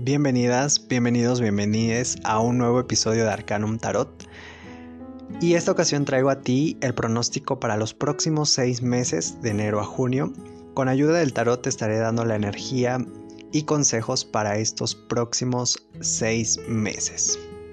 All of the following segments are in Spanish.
Bienvenidas, bienvenidos, bienvenides a un nuevo episodio de Arcanum Tarot. Y esta ocasión traigo a ti el pronóstico para los próximos 6 meses de enero a junio. Con ayuda del tarot te estaré dando la energía y consejos para estos próximos 6 meses.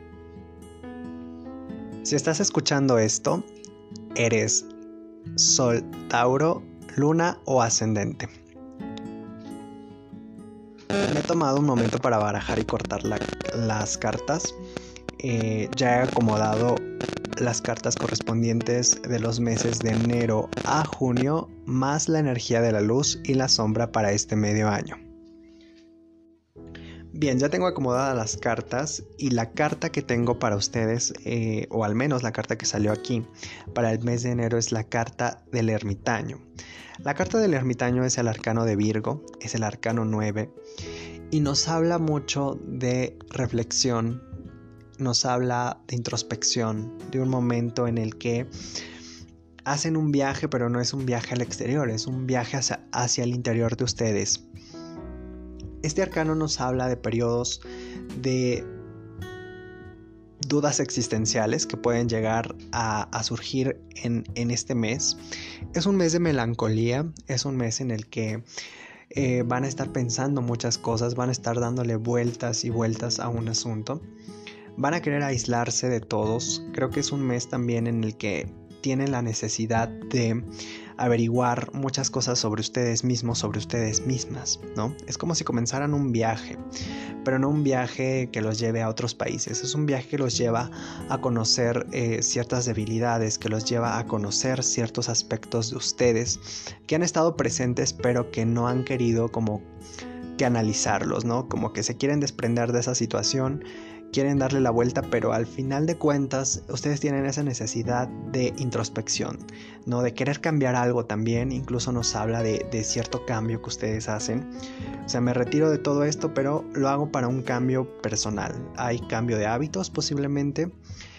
Si estás escuchando esto, eres Sol, Tauro, Luna o Ascendente. Me he tomado un momento para barajar y cortar las cartas. Ya he acomodado las cartas correspondientes de los meses de enero a junio, más la energía de la luz y la sombra para este medio año. Bien, ya tengo acomodadas las cartas y la carta que tengo para ustedes, o al menos la carta que salió aquí para el mes de enero, es la carta del ermitaño. La carta del ermitaño es el arcano de Virgo, es el arcano 9 y nos habla mucho de reflexión, nos habla de introspección, de un momento en el que hacen un viaje, pero no es un viaje al exterior, es un viaje hacia el interior de ustedes. Este arcano nos habla de periodos de dudas existenciales que pueden llegar a surgir en este mes. Es un mes de melancolía, es un mes en el que van a estar pensando muchas cosas, van a estar dándole vueltas y vueltas a un asunto. Van a querer aislarse de todos. Creo que es un mes también en el que tienen la necesidad de averiguar muchas cosas sobre ustedes mismos, sobre ustedes mismas, ¿no? Es como si comenzaran un viaje, pero no un viaje que los lleve a otros países. Es un viaje que los lleva a conocer ciertas debilidades, que los lleva a conocer ciertos aspectos de ustedes que han estado presentes, pero que no han querido como que analizarlos, ¿no? Como que se quieren desprender de esa situación, quieren darle la vuelta, pero al final de cuentas ustedes tienen esa necesidad de introspección, ¿no? De querer cambiar algo también. Incluso nos habla de cierto cambio que ustedes hacen. O sea, me retiro de todo esto, pero lo hago para un cambio personal. Hay cambio de hábitos posiblemente.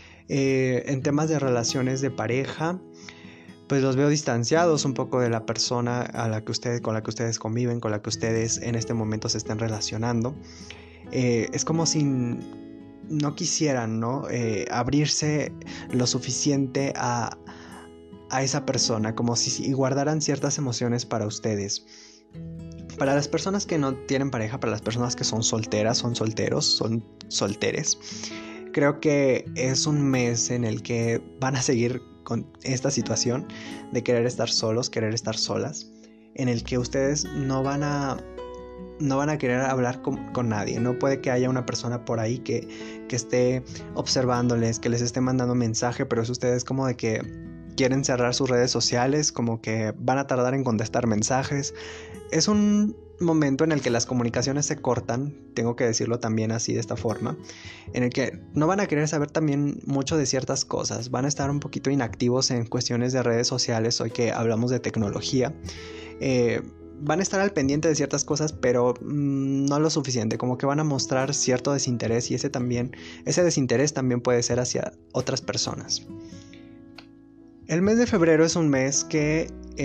En temas de relaciones de pareja, pues los veo distanciados un poco de la persona con la que ustedes conviven, con la que ustedes en este momento se estén relacionando. Es como si no quisieran, ¿no? Abrirse lo suficiente a esa persona, como si guardaran ciertas emociones para ustedes. Para las personas que no tienen pareja, para las personas que son solteras, son solteros, son solteres, creo que es un mes en el que van a seguir con esta situación de querer estar solos, querer estar solas, en el que ustedes no van a querer hablar con nadie. No puede que haya una persona por ahí que esté observándoles, que les esté mandando mensaje, pero es ustedes como de que quieren cerrar sus redes sociales, como que van a tardar en contestar mensajes. Es un momento en el que las comunicaciones se cortan, tengo que decirlo también así, de esta forma, en el que no van a querer saber también mucho de ciertas cosas, van a estar un poquito inactivos en cuestiones de redes sociales, hoy que hablamos de tecnología. Van a estar al pendiente de ciertas cosas, pero no lo suficiente, como que van a mostrar cierto desinterés, y ese desinterés también puede ser hacia otras personas. El mes de febrero es un mes que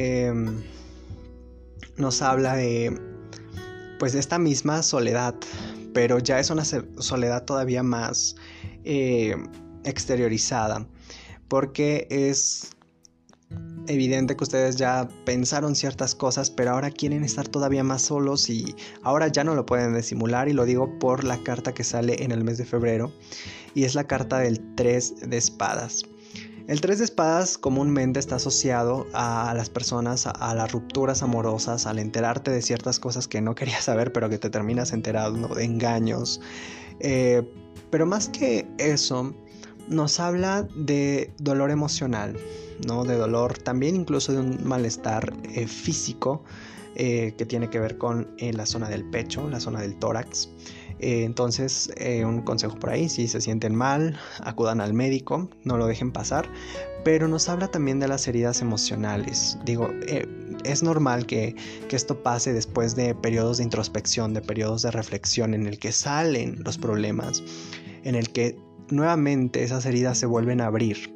nos habla de esta misma soledad, pero ya es una soledad todavía más exteriorizada, porque es evidente que ustedes ya pensaron ciertas cosas, pero ahora quieren estar todavía más solos y ahora ya no lo pueden disimular, y lo digo por la carta que sale en el mes de febrero, y es la carta del 3 de espadas. El 3 de espadas comúnmente está asociado a las personas, a las rupturas amorosas, al enterarte de ciertas cosas que no querías saber, pero que te terminas enterando, de engaños. Pero más que eso, nos habla de dolor emocional, ¿no? De dolor, también incluso de un malestar físico que tiene que ver con la zona del pecho, la zona del tórax. Entonces, un consejo por ahí: si se sienten mal, acudan al médico, no lo dejen pasar. Pero nos habla también de las heridas emocionales. Digo, es normal que esto pase después de periodos de introspección, de periodos de reflexión, en el que salen los problemas, en el que nuevamente esas heridas se vuelven a abrir.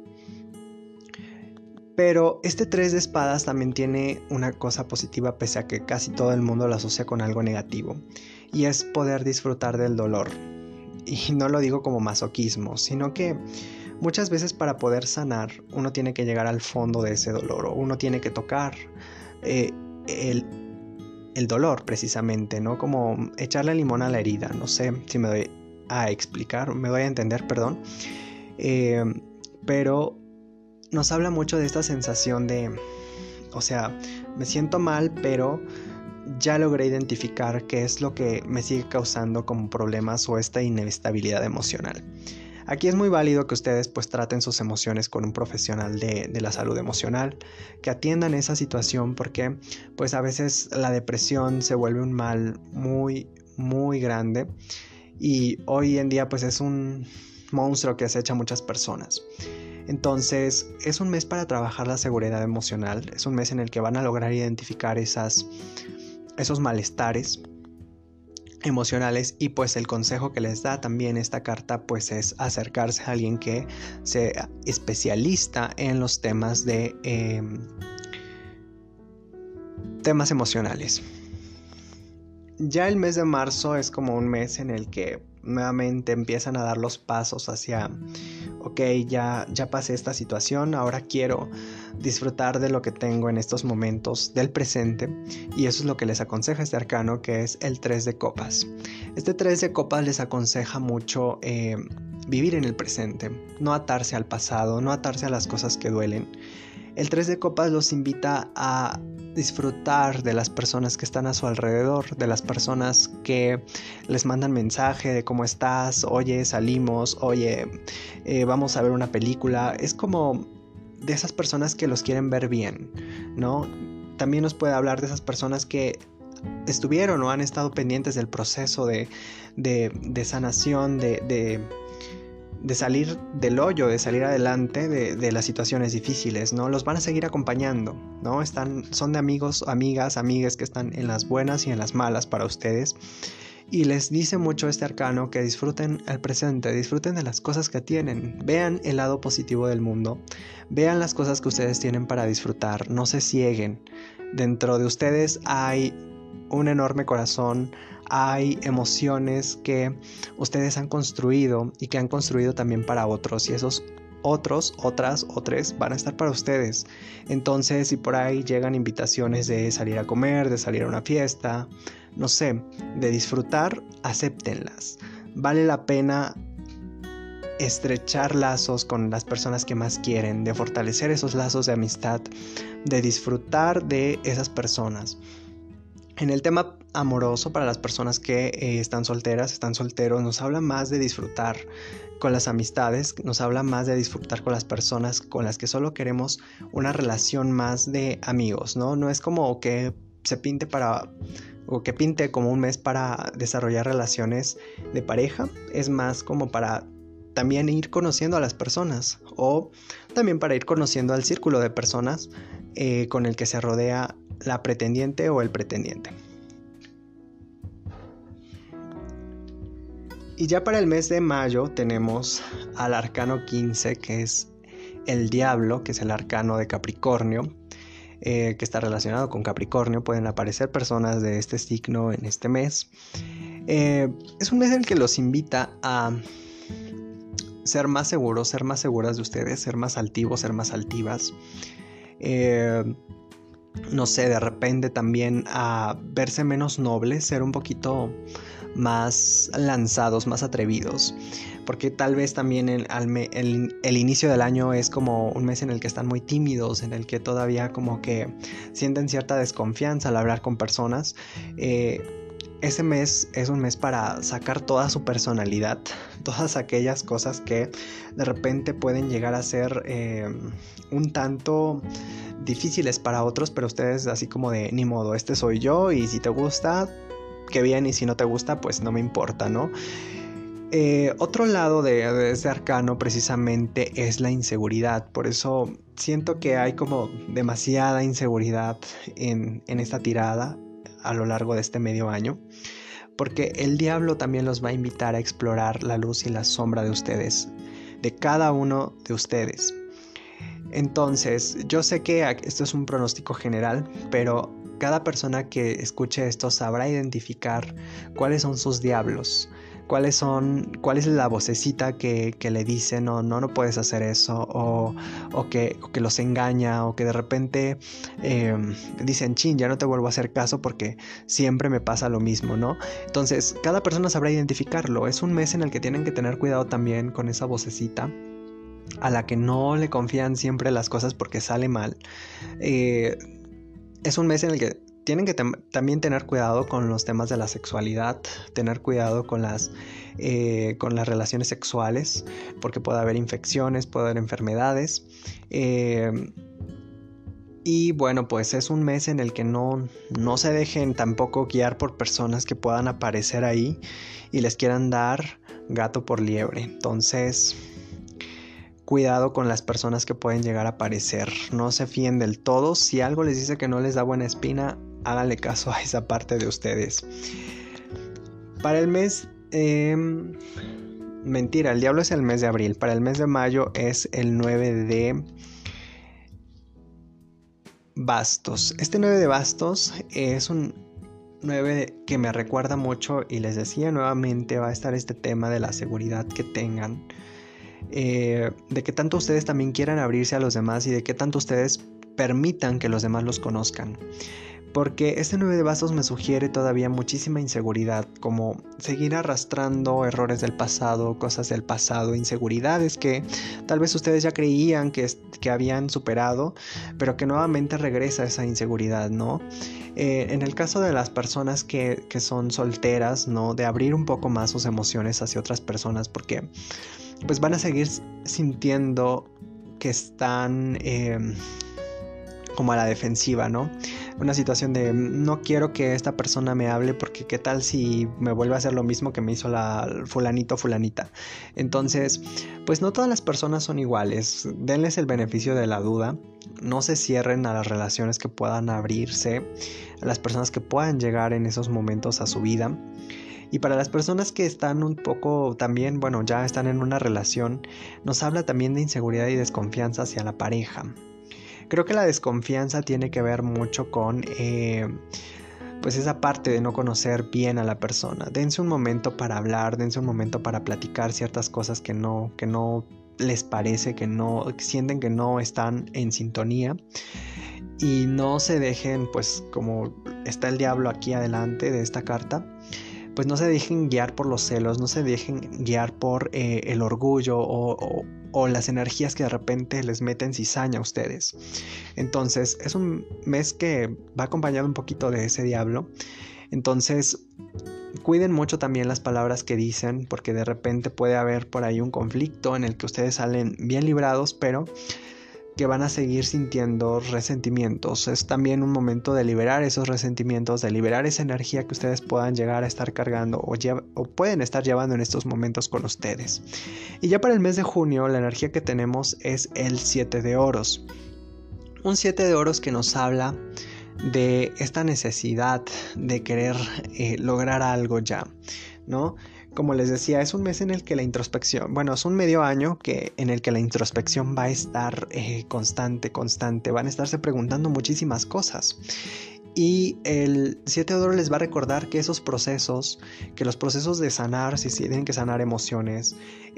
Pero este 3 de espadas también tiene una cosa positiva, pese a que casi todo el mundo lo asocia con algo negativo, y es poder disfrutar del dolor. Y no lo digo como masoquismo, sino que muchas veces para poder sanar uno tiene que llegar al fondo de ese dolor, o uno tiene que tocar el dolor precisamente, ¿no? Como echarle limón a la herida. No sé si me doy a explicar, me doy a entender, perdón. Pero nos habla mucho de esta sensación de, o sea, me siento mal, pero ya logré identificar qué es lo que me sigue causando como problemas o esta inestabilidad emocional. Aquí es muy válido que ustedes pues traten sus emociones con un profesional de la salud emocional, que atiendan esa situación, porque pues a veces la depresión se vuelve un mal muy, muy grande y hoy en día pues es un monstruo que acecha a muchas personas. Entonces es un mes para trabajar la seguridad emocional, es un mes en el que van a lograr identificar esos malestares emocionales, y pues el consejo que les da también esta carta pues es acercarse a alguien que sea especialista en los temas de temas emocionales. Ya el mes de marzo es como un mes en el que nuevamente empiezan a dar los pasos hacia, ok, ya pasé esta situación, ahora quiero disfrutar de lo que tengo en estos momentos del presente, y eso es lo que les aconseja este arcano, que es el 3 de copas. Este 3 de copas les aconseja mucho vivir en el presente, no atarse al pasado, no atarse a las cosas que duelen. El 3 de copas los invita a disfrutar de las personas que están a su alrededor, de las personas que les mandan mensaje de cómo estás, oye, salimos, oye, vamos a ver una película. Es como de esas personas que los quieren ver bien, ¿no? También nos puede hablar de esas personas que estuvieron o han estado pendientes del proceso de sanación, de salir del hoyo, de salir adelante de las situaciones difíciles, ¿no? Los van a seguir acompañando, ¿no? Son de amigos, amigas que están en las buenas y en las malas para ustedes. Y les dice mucho este arcano que disfruten el presente, disfruten de las cosas que tienen, vean el lado positivo del mundo, vean las cosas que ustedes tienen para disfrutar, no se cieguen. Dentro de ustedes hay un enorme corazón, hay emociones que ustedes han construido y que han construido también para otros, y esos otros, otras, otros van a estar para ustedes. Entonces, si por ahí llegan invitaciones de salir a comer, de salir a una fiesta, no sé, de disfrutar, acéptenlas. Vale la pena estrechar lazos con las personas que más quieren, de fortalecer esos lazos de amistad, de disfrutar de esas personas. En el tema amoroso, para las personas que están solteras, están solteros, nos habla más de disfrutar con las amistades, nos habla más de disfrutar con las personas con las que solo queremos una relación más de amigos, ¿no? No es como que se pinte como un mes para desarrollar relaciones de pareja, es más como para también ir conociendo a las personas, o también para ir conociendo al círculo de personas con el que se rodea la pretendiente o el pretendiente. Y ya para el mes de mayo tenemos al arcano 15, que es el diablo, que es el arcano de Capricornio, que está relacionado con Capricornio. Pueden aparecer personas de este signo en este mes. Es un mes en el que los invita a ser más seguros, ser más seguras de ustedes, ser más altivos, ser más altivas. No sé, de repente también a verse menos nobles, ser un poquito más lanzados, más atrevidos, porque tal vez también el inicio del año es como un mes en el que están muy tímidos, en el que todavía como que sienten cierta desconfianza al hablar con personas. Ese mes es un mes para sacar toda su personalidad, todas aquellas cosas que de repente pueden llegar a ser un tanto difíciles para otros, pero ustedes así como de ni modo, este soy yo, y si te gusta, qué bien, y si no te gusta, pues no me importa, ¿no? Otro lado de este arcano precisamente es la inseguridad. Por eso siento que hay como demasiada inseguridad en esta tirada a lo largo de este medio año, porque el diablo también los va a invitar a explorar la luz y la sombra de ustedes, de cada uno de ustedes. Entonces, yo sé que esto es un pronóstico general, pero cada persona que escuche esto sabrá identificar cuáles son sus diablos, cuál es la vocecita que le dice no puedes hacer eso, o que los engaña, o que de repente dicen, chin, ya no te vuelvo a hacer caso porque siempre me pasa lo mismo, ¿no? Entonces, cada persona sabrá identificarlo. Es un mes en el que tienen que tener cuidado también con esa vocecita a la que no le confían siempre las cosas porque sale mal. Es un mes en el que tienen que también tener cuidado con los temas de la sexualidad, tener cuidado con las relaciones sexuales, porque puede haber infecciones, puede haber enfermedades. Y bueno, pues es un mes en el que no se dejen tampoco guiar por personas que puedan aparecer ahí y les quieran dar gato por liebre. Entonces, cuidado con las personas que pueden llegar a aparecer. No se fíen del todo. Si algo les dice que no les da buena espina, háganle caso a esa parte de ustedes. Para el mes... mentira, el diablo es el mes de abril. Para el mes de mayo es el 9 de bastos. Este 9 de bastos es un 9 que me recuerda mucho, y les decía nuevamente, va a estar este tema de la seguridad que tengan, de que tanto ustedes también quieran abrirse a los demás y de que tanto ustedes permitan que los demás los conozcan. Porque este 9 de bastos me sugiere todavía muchísima inseguridad, como seguir arrastrando errores del pasado, cosas del pasado, inseguridades que tal vez ustedes ya creían que habían superado, pero que nuevamente regresa esa inseguridad, ¿no? En el caso de las personas que son solteras, ¿no? De abrir un poco más sus emociones hacia otras personas, porque pues van a seguir sintiendo que están... como a la defensiva, ¿no? Una situación de no quiero que esta persona me hable porque qué tal si me vuelve a hacer lo mismo que me hizo la fulanito o fulanita. Entonces, pues no todas las personas son iguales. Denles el beneficio de la duda. No se cierren a las relaciones que puedan abrirse, a las personas que puedan llegar en esos momentos a su vida. Y para las personas que están un poco también, bueno, ya están en una relación, nos habla también de inseguridad y desconfianza hacia la pareja. Creo que la desconfianza tiene que ver mucho con pues esa parte de no conocer bien a la persona. Dense un momento para hablar, dense un momento para platicar ciertas cosas que no les parece, que sienten que no están en sintonía. Y no se dejen, pues como está el diablo aquí adelante de esta carta, pues no se dejen guiar por los celos, no se dejen guiar por el orgullo o las energías que de repente les meten cizaña a ustedes. Entonces es un mes que va acompañado un poquito de ese diablo. Entonces cuiden mucho también las palabras que dicen, porque de repente puede haber por ahí un conflicto en el que ustedes salen bien librados, pero que van a seguir sintiendo resentimientos. Es también un momento de liberar esos resentimientos, de liberar esa energía que ustedes puedan llegar a estar cargando o pueden estar llevando en estos momentos con ustedes. Y ya para el mes de junio, la energía que tenemos es el 7 de oros. Un 7 de oros que nos habla de esta necesidad de querer lograr algo ya, ¿no? Como les decía, es un mes en el que la introspección, bueno, es un medio año en el que la introspección va a estar constante, van a estarse preguntando muchísimas cosas. Y el 7 de oro les va a recordar que los procesos de sanar, si tienen que sanar emociones,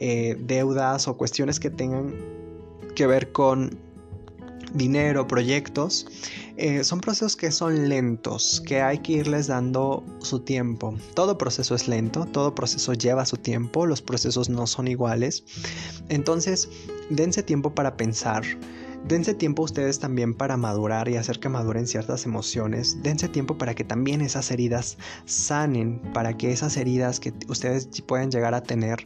deudas o cuestiones que tengan que ver con dinero, proyectos, son procesos que son lentos, que hay que irles dando su tiempo. Todo proceso es lento, todo proceso lleva su tiempo, los procesos no son iguales. Entonces, dense tiempo para pensar, dense tiempo ustedes también para madurar y hacer que maduren ciertas emociones. Dense tiempo para que también esas heridas sanen, para que esas heridas que ustedes pueden llegar a tener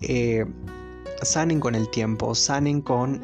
sanen con el tiempo, sanen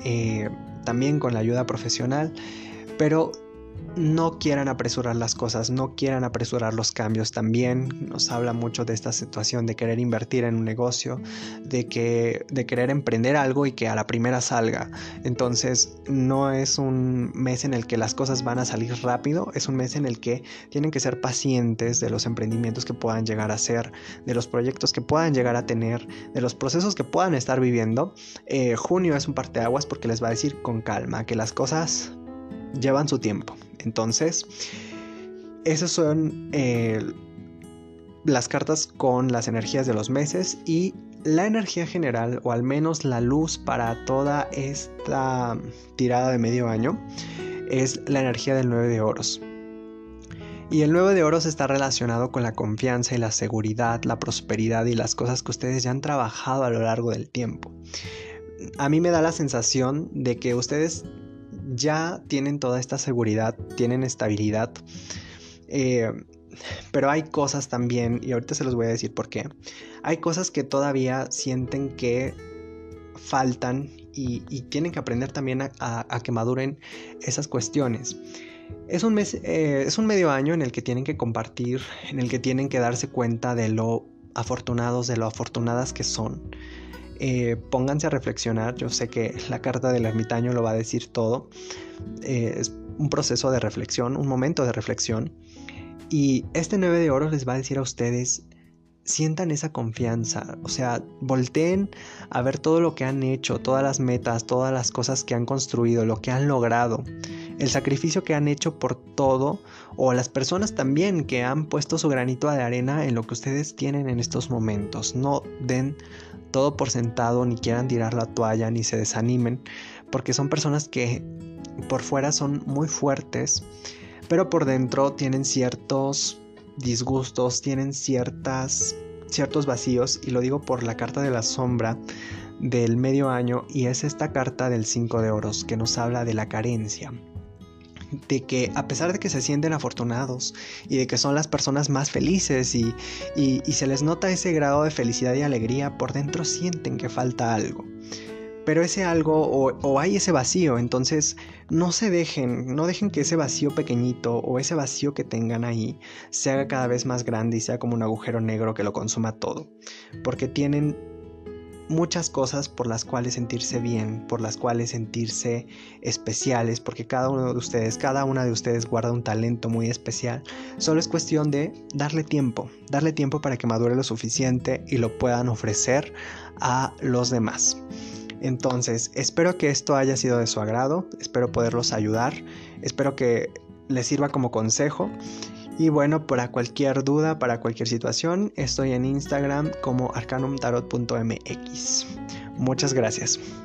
también con la ayuda profesional, pero no quieran apresurar las cosas, no quieran apresurar los cambios. También nos habla mucho de esta situación de querer invertir en un negocio, de querer emprender algo y que a la primera salga. Entonces no es un mes en el que las cosas van a salir rápido, es un mes en el que tienen que ser pacientes de los emprendimientos que puedan llegar a hacer, de los proyectos que puedan llegar a tener, de los procesos que puedan estar viviendo. Junio es un parteaguas porque les va a decir con calma que las cosas llevan su tiempo. Entonces, Esas son las cartas con las energías de los meses, y la energía general, o al menos la luz para toda esta tirada de medio año, es la energía del 9 de oros. Y el 9 de oros está relacionado con la confianza y la seguridad, la prosperidad y las cosas que ustedes ya han trabajado a lo largo del tiempo. A mí me da la sensación de que ustedes ya tienen toda esta seguridad, tienen estabilidad, pero hay cosas también, y ahorita se los voy a decir por qué. Hay cosas que todavía sienten que faltan y tienen que aprender también a que maduren esas cuestiones. Es un mes, es un medio año en el que tienen que compartir, en el que tienen que darse cuenta de lo afortunados, de lo afortunadas que son. Pónganse a reflexionar. Yo sé que la carta del ermitaño lo va a decir todo. Es un proceso de reflexión, un momento de reflexión. Y este 9 de oros les va a decir a ustedes: sientan esa confianza, o sea, volteen a ver todo lo que han hecho, todas las metas, todas las cosas que han construido, lo que han logrado, el sacrificio que han hecho por todo, o las personas también que han puesto su granito de arena en lo que ustedes tienen en estos momentos. No den todo por sentado, ni quieran tirar la toalla, ni se desanimen, porque son personas que por fuera son muy fuertes, pero por dentro tienen ciertos disgustos, tienen ciertos vacíos, y lo digo por la carta de la sombra del medio año, y es esta carta del 5 de oros que nos habla de la carencia, de que a pesar de que se sienten afortunados y de que son las personas más felices y se les nota ese grado de felicidad y alegría, por dentro sienten que falta algo. Pero ese algo, o hay ese vacío. Entonces no dejen que ese vacío pequeñito, o ese vacío que tengan ahí, se haga cada vez más grande y sea como un agujero negro que lo consuma todo. Porque tienen muchas cosas por las cuales sentirse bien, por las cuales sentirse especiales, porque cada una de ustedes guarda un talento muy especial. Solo es cuestión de darle tiempo para que madure lo suficiente y lo puedan ofrecer a los demás. Entonces, espero que esto haya sido de su agrado, espero poderlos ayudar, espero que les sirva como consejo. Y bueno, para cualquier duda, para cualquier situación, estoy en Instagram como arcanumtarot.mx. Muchas gracias.